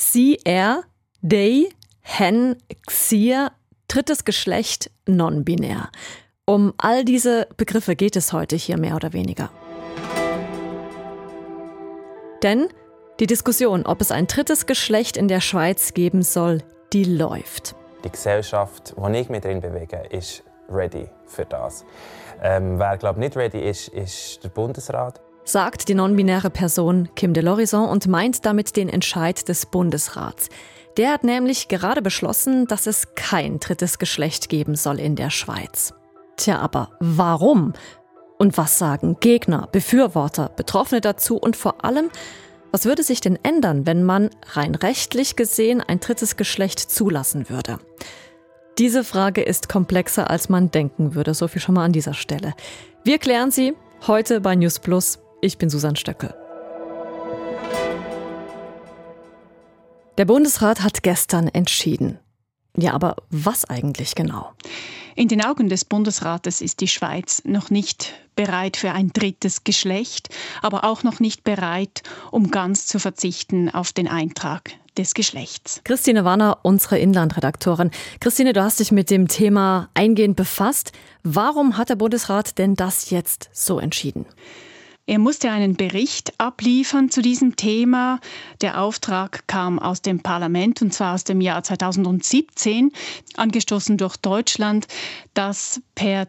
Sie, er, they, hen, xir, drittes Geschlecht, non-binär. Um all diese Begriffe geht es heute hier mehr oder weniger. Denn die Diskussion, ob es ein drittes Geschlecht in der Schweiz geben soll, die läuft. Die Gesellschaft, in der ich mich drin bewege, ist ready für das. Wer, glaube ich, nicht ready ist, ist der Bundesrat. Sagt die non-binäre Person Kim de l'Horizon und meint damit den Entscheid des Bundesrats. Der hat nämlich gerade beschlossen, dass es kein drittes Geschlecht geben soll in der Schweiz. Tja, aber warum? Und was sagen Gegner, Befürworter, Betroffene dazu und vor allem, was würde sich denn ändern, wenn man rein rechtlich gesehen ein drittes Geschlecht zulassen würde? Diese Frage ist komplexer, als man denken würde, so viel schon mal an dieser Stelle. Wir klären sie heute bei News Plus. Ich bin Susanne Stöckel. Der Bundesrat hat gestern entschieden. Ja, aber was eigentlich genau? In den Augen des Bundesrates ist die Schweiz noch nicht bereit für ein drittes Geschlecht, aber auch noch nicht bereit, um ganz zu verzichten auf den Eintrag des Geschlechts. Christine Warner, unsere Inlandredaktorin. Christine, du hast dich mit dem Thema eingehend befasst. Warum hat der Bundesrat denn das jetzt so entschieden? Er musste einen Bericht abliefern zu diesem Thema. Der Auftrag kam aus dem Parlament, und zwar aus dem Jahr 2017, angestoßen durch Deutschland, das per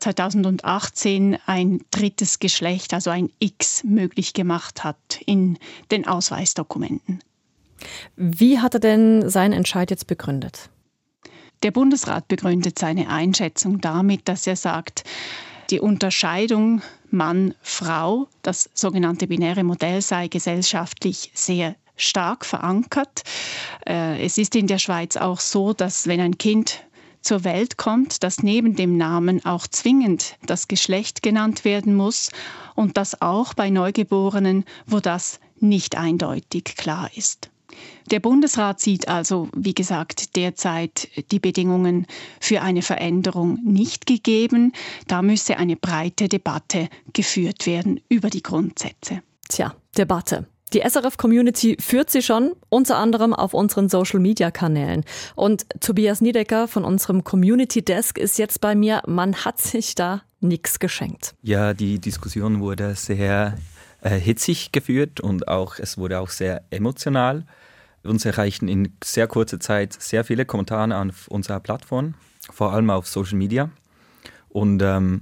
2018 ein drittes Geschlecht, also ein X, möglich gemacht hat in den Ausweisdokumenten. Wie hat er denn seinen Entscheid jetzt begründet? Der Bundesrat begründet seine Einschätzung damit, dass er sagt, die Unterscheidung Mann-Frau, das sogenannte binäre Modell, sei gesellschaftlich sehr stark verankert. Es ist in der Schweiz auch so, dass wenn ein Kind zur Welt kommt, dass neben dem Namen auch zwingend das Geschlecht genannt werden muss und das auch bei Neugeborenen, wo das nicht eindeutig klar ist. Der Bundesrat sieht also, wie gesagt, derzeit die Bedingungen für eine Veränderung nicht gegeben. Da müsse eine breite Debatte geführt werden über die Grundsätze. Tja, Debatte. Die SRF-Community führt sie schon, unter anderem auf unseren Social-Media-Kanälen. Und Tobias Niedecker von unserem Community-Desk ist jetzt bei mir. Man hat sich da nichts geschenkt. Ja, die Diskussion wurde sehr hitzig geführt und es wurde auch sehr emotional. Uns erreichten in sehr kurzer Zeit sehr viele Kommentare auf unserer Plattform, vor allem auf Social Media. Und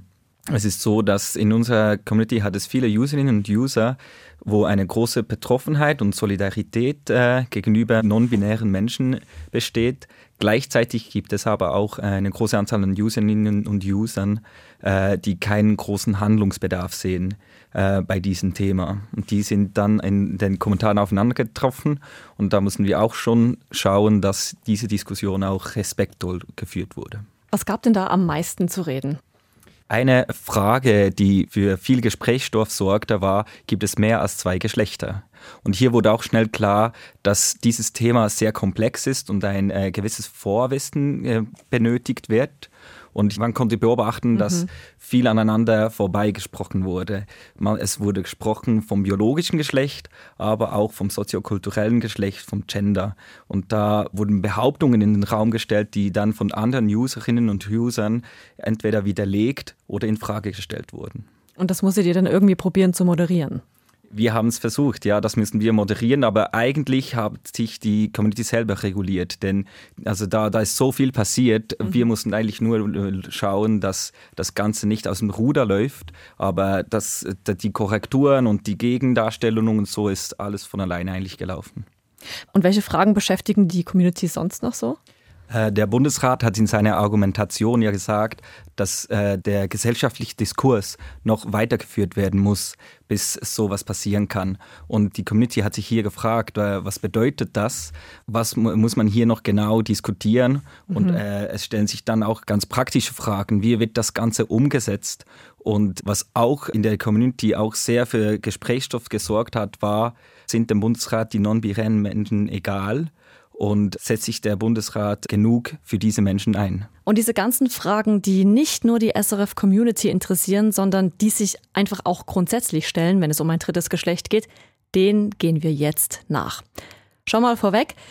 es ist so, dass in unserer Community hat es viele Userinnen und User, wo eine große Betroffenheit und Solidarität gegenüber non-binären Menschen besteht. Gleichzeitig gibt es aber auch eine große Anzahl an Userinnen und Usern, die keinen großen Handlungsbedarf sehen bei diesem Thema. Und die sind dann in den Kommentaren aufeinander getroffen. Und da mussten wir auch schon schauen, dass diese Diskussion auch respektvoll geführt wurde. Was gab denn da am meisten zu reden? Eine Frage, die für viel Gesprächsstoff sorgte, war, gibt es mehr als zwei Geschlechter? Und hier wurde auch schnell klar, dass dieses Thema sehr komplex ist und ein gewisses Vorwissen benötigt wird. Und man konnte beobachten, dass viel aneinander vorbeigesprochen wurde. Es wurde gesprochen vom biologischen Geschlecht, aber auch vom soziokulturellen Geschlecht, vom Gender. Und da wurden Behauptungen in den Raum gestellt, die dann von anderen Userinnen und Usern entweder widerlegt oder in Frage gestellt wurden. Und das musstet ihr dann irgendwie probieren zu moderieren? Wir haben es versucht, ja, das müssen wir moderieren, aber eigentlich hat sich die Community selber reguliert, denn also da ist so viel passiert, wir mussten eigentlich nur schauen, dass das Ganze nicht aus dem Ruder läuft, aber dass die Korrekturen und die Gegendarstellungen und so ist alles von alleine eigentlich gelaufen. Und welche Fragen beschäftigen die Community sonst noch so? Der Bundesrat hat in seiner Argumentation ja gesagt, dass der gesellschaftliche Diskurs noch weitergeführt werden muss, bis sowas passieren kann. Und die Community hat sich hier gefragt, was bedeutet das? Was muss man hier noch genau diskutieren? Und es stellen sich dann auch ganz praktische Fragen. Wie wird das Ganze umgesetzt? Und was auch in der Community auch sehr für Gesprächsstoff gesorgt hat, war, sind dem Bundesrat die non-binären Menschen egal? Und setzt sich der Bundesrat genug für diese Menschen ein? Und diese ganzen Fragen, die nicht nur die SRF-Community interessieren, sondern die sich einfach auch grundsätzlich stellen, wenn es um ein drittes Geschlecht geht, denen gehen wir jetzt nach. Schau mal vorweg,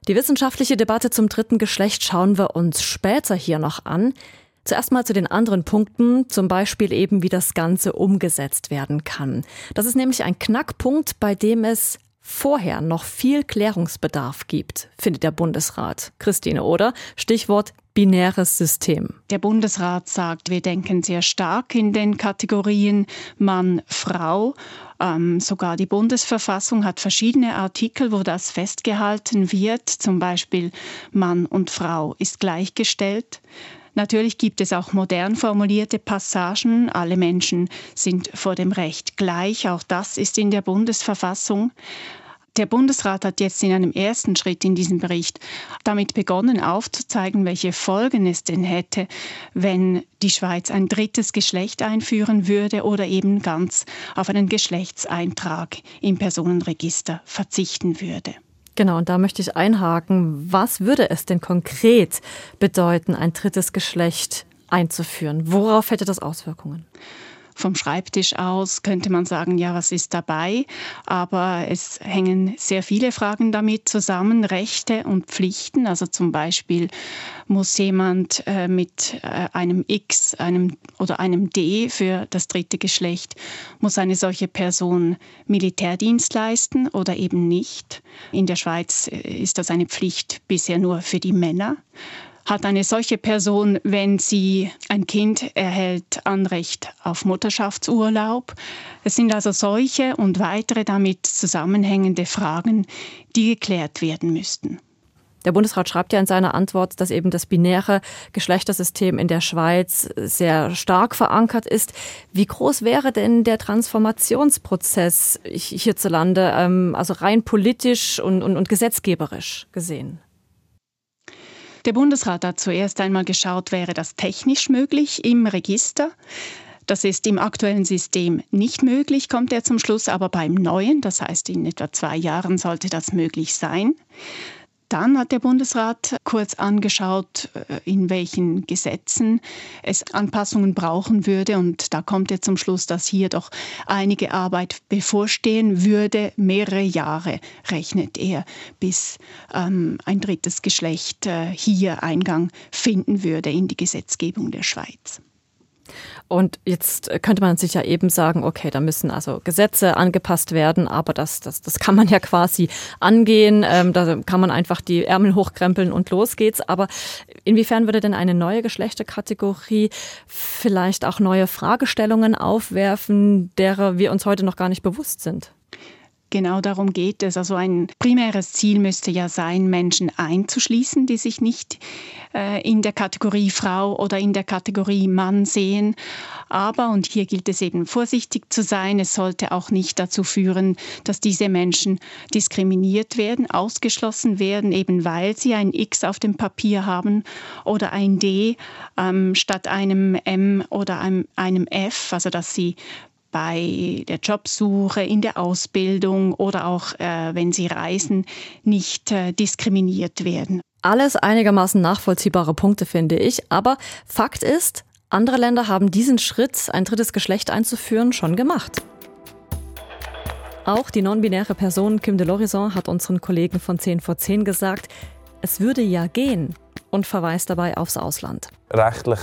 Die wissenschaftliche Debatte zum dritten Geschlecht schauen wir uns später hier noch an. Zuerst mal zu den anderen Punkten, zum Beispiel eben, wie das Ganze umgesetzt werden kann. Das ist nämlich ein Knackpunkt, bei dem es vorher noch viel Klärungsbedarf gibt, findet der Bundesrat. Christine, oder? Stichwort binäres System. Der Bundesrat sagt, wir denken sehr stark in den Kategorien Mann, Frau. Sogar die Bundesverfassung hat verschiedene Artikel, wo das festgehalten wird. Zum Beispiel Mann und Frau ist gleichgestellt. Natürlich gibt es auch modern formulierte Passagen. Alle Menschen sind vor dem Recht gleich. Auch das ist in der Bundesverfassung. Der Bundesrat hat jetzt in einem ersten Schritt in diesem Bericht damit begonnen, aufzuzeigen, welche Folgen es denn hätte, wenn die Schweiz ein drittes Geschlecht einführen würde oder eben ganz auf einen Geschlechtseintrag im Personenregister verzichten würde. Genau, und da möchte ich einhaken. Was würde es denn konkret bedeuten, ein drittes Geschlecht einzuführen? Worauf hätte das Auswirkungen? Vom Schreibtisch aus könnte man sagen, ja, was ist dabei? Aber es hängen sehr viele Fragen damit zusammen, Rechte und Pflichten. Also zum Beispiel muss jemand mit einem X oder einem D für das dritte Geschlecht, muss eine solche Person Militärdienst leisten oder eben nicht. In der Schweiz ist das eine Pflicht bisher nur für die Männer. Hat eine solche Person, wenn sie ein Kind erhält, Anrecht auf Mutterschaftsurlaub? Es sind also solche und weitere damit zusammenhängende Fragen, die geklärt werden müssten. Der Bundesrat schreibt ja in seiner Antwort, dass eben das binäre Geschlechtersystem in der Schweiz sehr stark verankert ist. Wie groß wäre denn der Transformationsprozess hierzulande, also rein politisch und gesetzgeberisch gesehen? Der Bundesrat hat zuerst einmal geschaut, wäre das technisch möglich im Register. Das ist im aktuellen System nicht möglich, kommt er zum Schluss, aber beim neuen, das heißt in etwa 2 Jahren, sollte das möglich sein. Dann hat der Bundesrat kurz angeschaut, in welchen Gesetzen es Anpassungen brauchen würde. Und da kommt er zum Schluss, dass hier doch einige Arbeit bevorstehen würde. Mehrere Jahre rechnet er, bis ein drittes Geschlecht hier Eingang finden würde in die Gesetzgebung der Schweiz. Und jetzt könnte man sich ja eben sagen, okay, da müssen also Gesetze angepasst werden, aber das kann man ja quasi angehen, da kann man einfach die Ärmel hochkrempeln und los geht's. Aber inwiefern würde denn eine neue Geschlechterkategorie vielleicht auch neue Fragestellungen aufwerfen, derer wir uns heute noch gar nicht bewusst sind? Genau darum geht es. Also ein primäres Ziel müsste ja sein, Menschen einzuschließen, die sich nicht in der Kategorie Frau oder in der Kategorie Mann sehen. Aber, und hier gilt es eben vorsichtig zu sein, es sollte auch nicht dazu führen, dass diese Menschen diskriminiert werden, ausgeschlossen werden, eben weil sie ein X auf dem Papier haben oder ein D statt einem M oder einem F, also dass sie bei der Jobsuche, in der Ausbildung oder auch wenn sie reisen, nicht diskriminiert werden. Alles einigermaßen nachvollziehbare Punkte, finde ich. Aber Fakt ist, andere Länder haben diesen Schritt, ein drittes Geschlecht einzuführen, schon gemacht. Auch die non-binäre Person Kim de l'Horizon hat unseren Kollegen von 10 vor 10 gesagt, es würde ja gehen und verweist dabei aufs Ausland. Rechtlich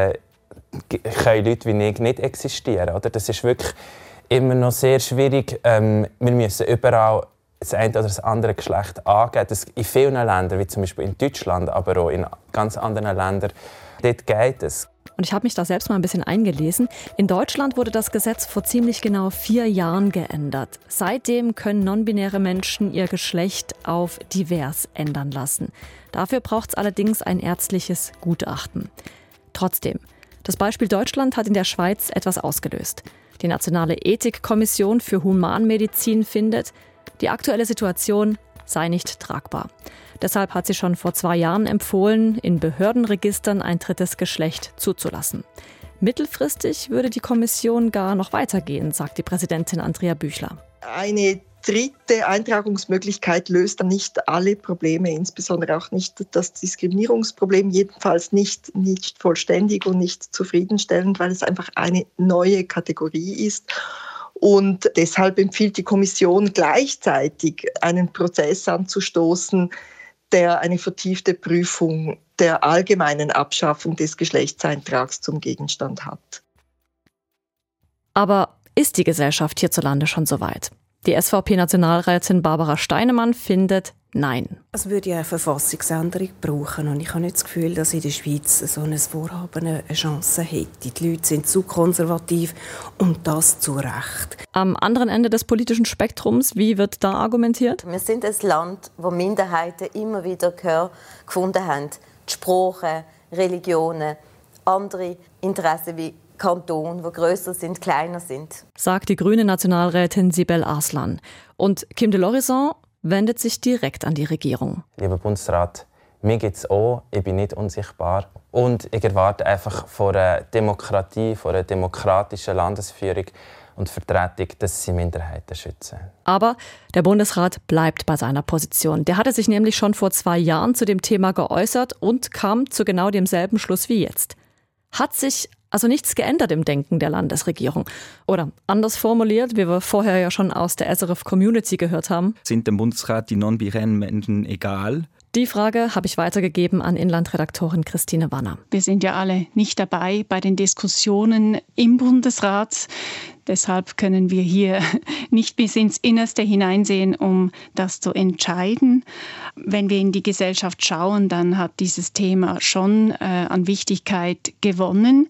können Leute wie ich nicht existieren. Oder? Das ist wirklich immer noch sehr schwierig. Wir müssen überall das eine oder das andere Geschlecht angeben. Das in vielen Ländern, wie zum Beispiel in Deutschland, aber auch in ganz anderen Ländern, dort geht es. Und ich habe mich da selbst mal ein bisschen eingelesen. In Deutschland wurde das Gesetz vor ziemlich genau 4 Jahren geändert. Seitdem können non-binäre Menschen ihr Geschlecht auf divers ändern lassen. Dafür braucht es allerdings ein ärztliches Gutachten. Trotzdem, das Beispiel Deutschland hat in der Schweiz etwas ausgelöst. Die Nationale Ethikkommission für Humanmedizin findet, die aktuelle Situation sei nicht tragbar. Deshalb hat sie schon vor 2 Jahren empfohlen, in Behördenregistern ein drittes Geschlecht zuzulassen. Mittelfristig würde die Kommission gar noch weitergehen, sagt die Präsidentin Andrea Büchler. Eine dritte Eintragungsmöglichkeit löst dann nicht alle Probleme, insbesondere auch nicht das Diskriminierungsproblem, jedenfalls nicht vollständig und nicht zufriedenstellend, weil es einfach eine neue Kategorie ist. Und deshalb empfiehlt die Kommission gleichzeitig einen Prozess anzustoßen, der eine vertiefte Prüfung der allgemeinen Abschaffung des Geschlechtseintrags zum Gegenstand hat. Aber ist die Gesellschaft hierzulande schon so weit? Die SVP-Nationalrätin Barbara Steinemann findet nein. Es würde ja eine Verfassungsänderung brauchen und ich habe nicht das Gefühl, dass in der Schweiz so ein Vorhaben eine Chance hätte. Die Leute sind zu konservativ und das zu Recht. Am anderen Ende des politischen Spektrums, wie wird da argumentiert? Wir sind ein Land, wo Minderheiten immer wieder Gehör gefunden haben. Die Sprachen, Religionen, andere Interessen wie Kantone, die grösser sind, kleiner sind. Sagt die grüne Nationalrätin Sibel Arslan. Und Kim de Lorison wendet sich direkt an die Regierung. Lieber Bundesrat, mir geht es auch, ich bin nicht unsichtbar. Und ich erwarte einfach von einer Demokratie, von einer demokratischen Landesführung und Vertretung, dass sie Minderheiten schützen. Aber der Bundesrat bleibt bei seiner Position. Der hatte sich nämlich schon vor 2 Jahren zu dem Thema geäußert und kam zu genau demselben Schluss wie jetzt. Hat sich also nichts geändert im Denken der Landesregierung. Oder anders formuliert, wie wir vorher ja schon aus der SRF-Community gehört haben. Sind dem Bundesrat die non-binären Menschen egal? Die Frage habe ich weitergegeben an Inlandredaktorin Christine Wanner. Wir sind ja alle nicht dabei bei den Diskussionen im Bundesrat. Deshalb können wir hier nicht bis ins Innerste hineinsehen, um das zu entscheiden. Wenn wir in die Gesellschaft schauen, dann hat dieses Thema schon an Wichtigkeit gewonnen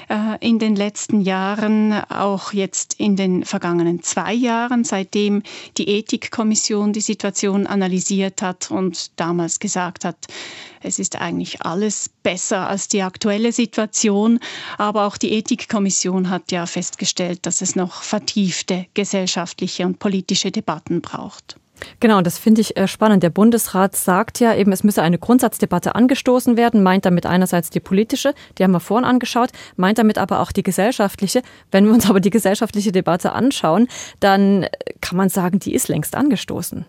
in den letzten Jahren, auch jetzt in den vergangenen 2 Jahren, seitdem die Ethikkommission die Situation analysiert hat und damals gesagt hat, es ist eigentlich alles besser als die aktuelle Situation. Aber auch die Ethikkommission hat ja festgestellt, dass es noch vertiefte gesellschaftliche und politische Debatten braucht. Genau, und das finde ich spannend. Der Bundesrat sagt ja eben, es müsse eine Grundsatzdebatte angestoßen werden, meint damit einerseits die politische, die haben wir vorhin angeschaut, meint damit aber auch die gesellschaftliche. Wenn wir uns aber die gesellschaftliche Debatte anschauen, dann kann man sagen, die ist längst angestoßen.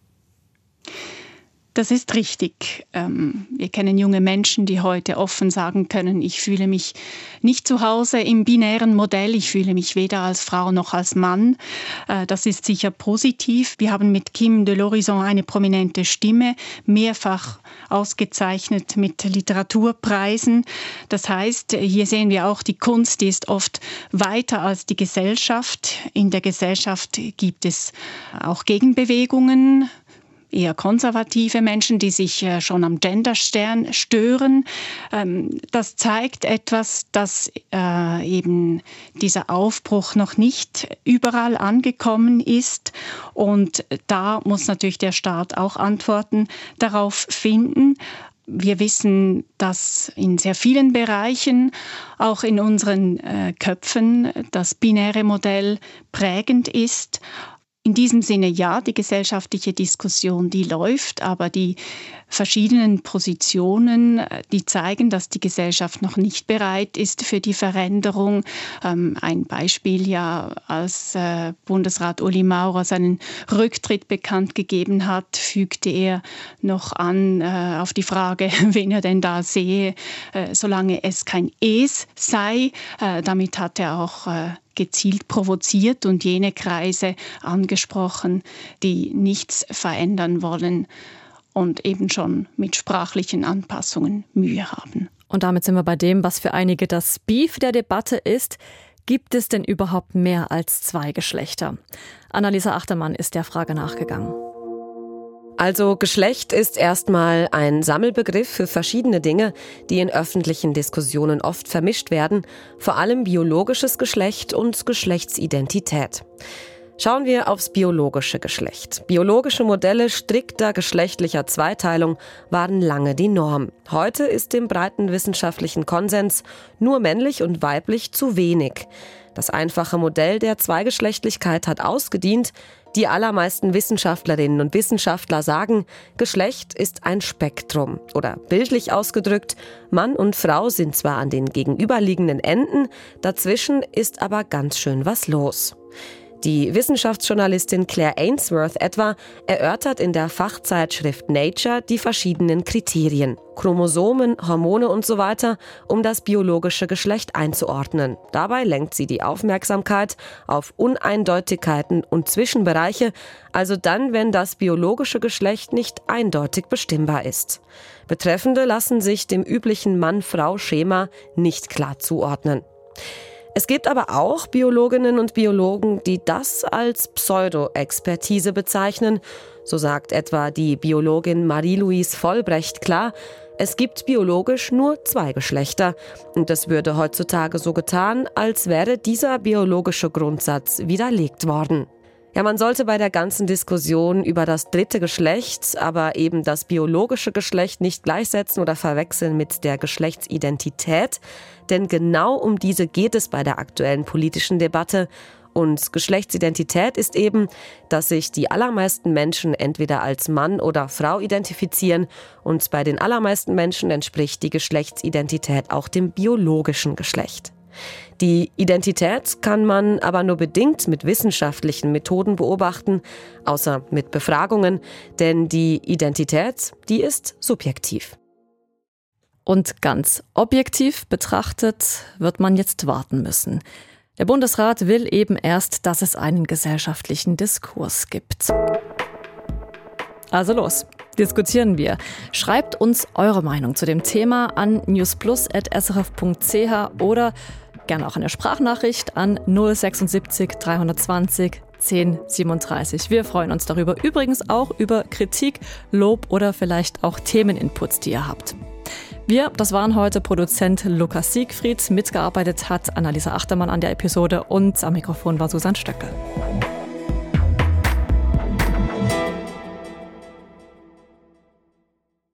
Das ist richtig. Wir kennen junge Menschen, die heute offen sagen können, ich fühle mich nicht zu Hause im binären Modell, ich fühle mich weder als Frau noch als Mann. Das ist sicher positiv. Wir haben mit Kim de Lorison eine prominente Stimme, mehrfach ausgezeichnet mit Literaturpreisen. Das heißt, hier sehen wir auch, die Kunst, die ist oft weiter als die Gesellschaft. In der Gesellschaft gibt es auch Gegenbewegungen, eher konservative Menschen, die sich schon am Genderstern stören. Das zeigt etwas, dass eben dieser Aufbruch noch nicht überall angekommen ist. Und da muss natürlich der Staat auch Antworten darauf finden. Wir wissen, dass in sehr vielen Bereichen, auch in unseren Köpfen, das binäre Modell prägend ist. In diesem Sinne ja, die gesellschaftliche Diskussion, die läuft, aber die verschiedenen Positionen, die zeigen, dass die Gesellschaft noch nicht bereit ist für die Veränderung. Ein Beispiel ja, als Bundesrat Uli Maurer seinen Rücktritt bekannt gegeben hat, fügte er noch an auf die Frage, wen er denn da sehe, solange es kein Es sei. Damit hat er auch gezielt provoziert und jene Kreise angesprochen, die nichts verändern wollen und eben schon mit sprachlichen Anpassungen Mühe haben. Und damit sind wir bei dem, was für einige das Beef der Debatte ist. Gibt es denn überhaupt mehr als 2 Geschlechter? Annalisa Achtermann ist der Frage nachgegangen. Also Geschlecht ist erstmal ein Sammelbegriff für verschiedene Dinge, die in öffentlichen Diskussionen oft vermischt werden, vor allem biologisches Geschlecht und Geschlechtsidentität. Schauen wir aufs biologische Geschlecht. Biologische Modelle strikter geschlechtlicher Zweiteilung waren lange die Norm. Heute ist dem breiten wissenschaftlichen Konsens nur männlich und weiblich zu wenig. Das einfache Modell der Zweigeschlechtlichkeit hat ausgedient. Die allermeisten Wissenschaftlerinnen und Wissenschaftler sagen, Geschlecht ist ein Spektrum. Oder bildlich ausgedrückt, Mann und Frau sind zwar an den gegenüberliegenden Enden, dazwischen ist aber ganz schön was los. Die Wissenschaftsjournalistin Claire Ainsworth etwa erörtert in der Fachzeitschrift Nature die verschiedenen Kriterien, Chromosomen, Hormone usw., um das biologische Geschlecht einzuordnen. Dabei lenkt sie die Aufmerksamkeit auf Uneindeutigkeiten und Zwischenbereiche, also dann, wenn das biologische Geschlecht nicht eindeutig bestimmbar ist. Betreffende lassen sich dem üblichen Mann-Frau-Schema nicht klar zuordnen. Es gibt aber auch Biologinnen und Biologen, die das als Pseudo-Expertise bezeichnen. So sagt etwa die Biologin Marie-Louise Vollbrecht klar, es gibt biologisch nur 2 Geschlechter. Und es würde heutzutage so getan, als wäre dieser biologische Grundsatz widerlegt worden. Ja, man sollte bei der ganzen Diskussion über das 3. Geschlecht, aber eben das biologische Geschlecht nicht gleichsetzen oder verwechseln mit der Geschlechtsidentität. Denn genau um diese geht es bei der aktuellen politischen Debatte. Und Geschlechtsidentität ist eben, dass sich die allermeisten Menschen entweder als Mann oder Frau identifizieren. Und bei den allermeisten Menschen entspricht die Geschlechtsidentität auch dem biologischen Geschlecht. Die Identität kann man aber nur bedingt mit wissenschaftlichen Methoden beobachten, außer mit Befragungen, denn die Identität, die ist subjektiv. Und ganz objektiv betrachtet wird man jetzt warten müssen. Der Bundesrat will eben erst, dass es einen gesellschaftlichen Diskurs gibt. Also los, diskutieren wir. Schreibt uns eure Meinung zu dem Thema an newsplus@srf.ch oder gerne auch eine Sprachnachricht an 076 320 1037. Wir freuen uns darüber. Übrigens auch über Kritik, Lob oder vielleicht auch Themeninputs, die ihr habt. Wir, das waren heute Produzent Lukas Siegfried, mitgearbeitet hat Annalisa Achtermann an der Episode und am Mikrofon war Susanne Stöckel.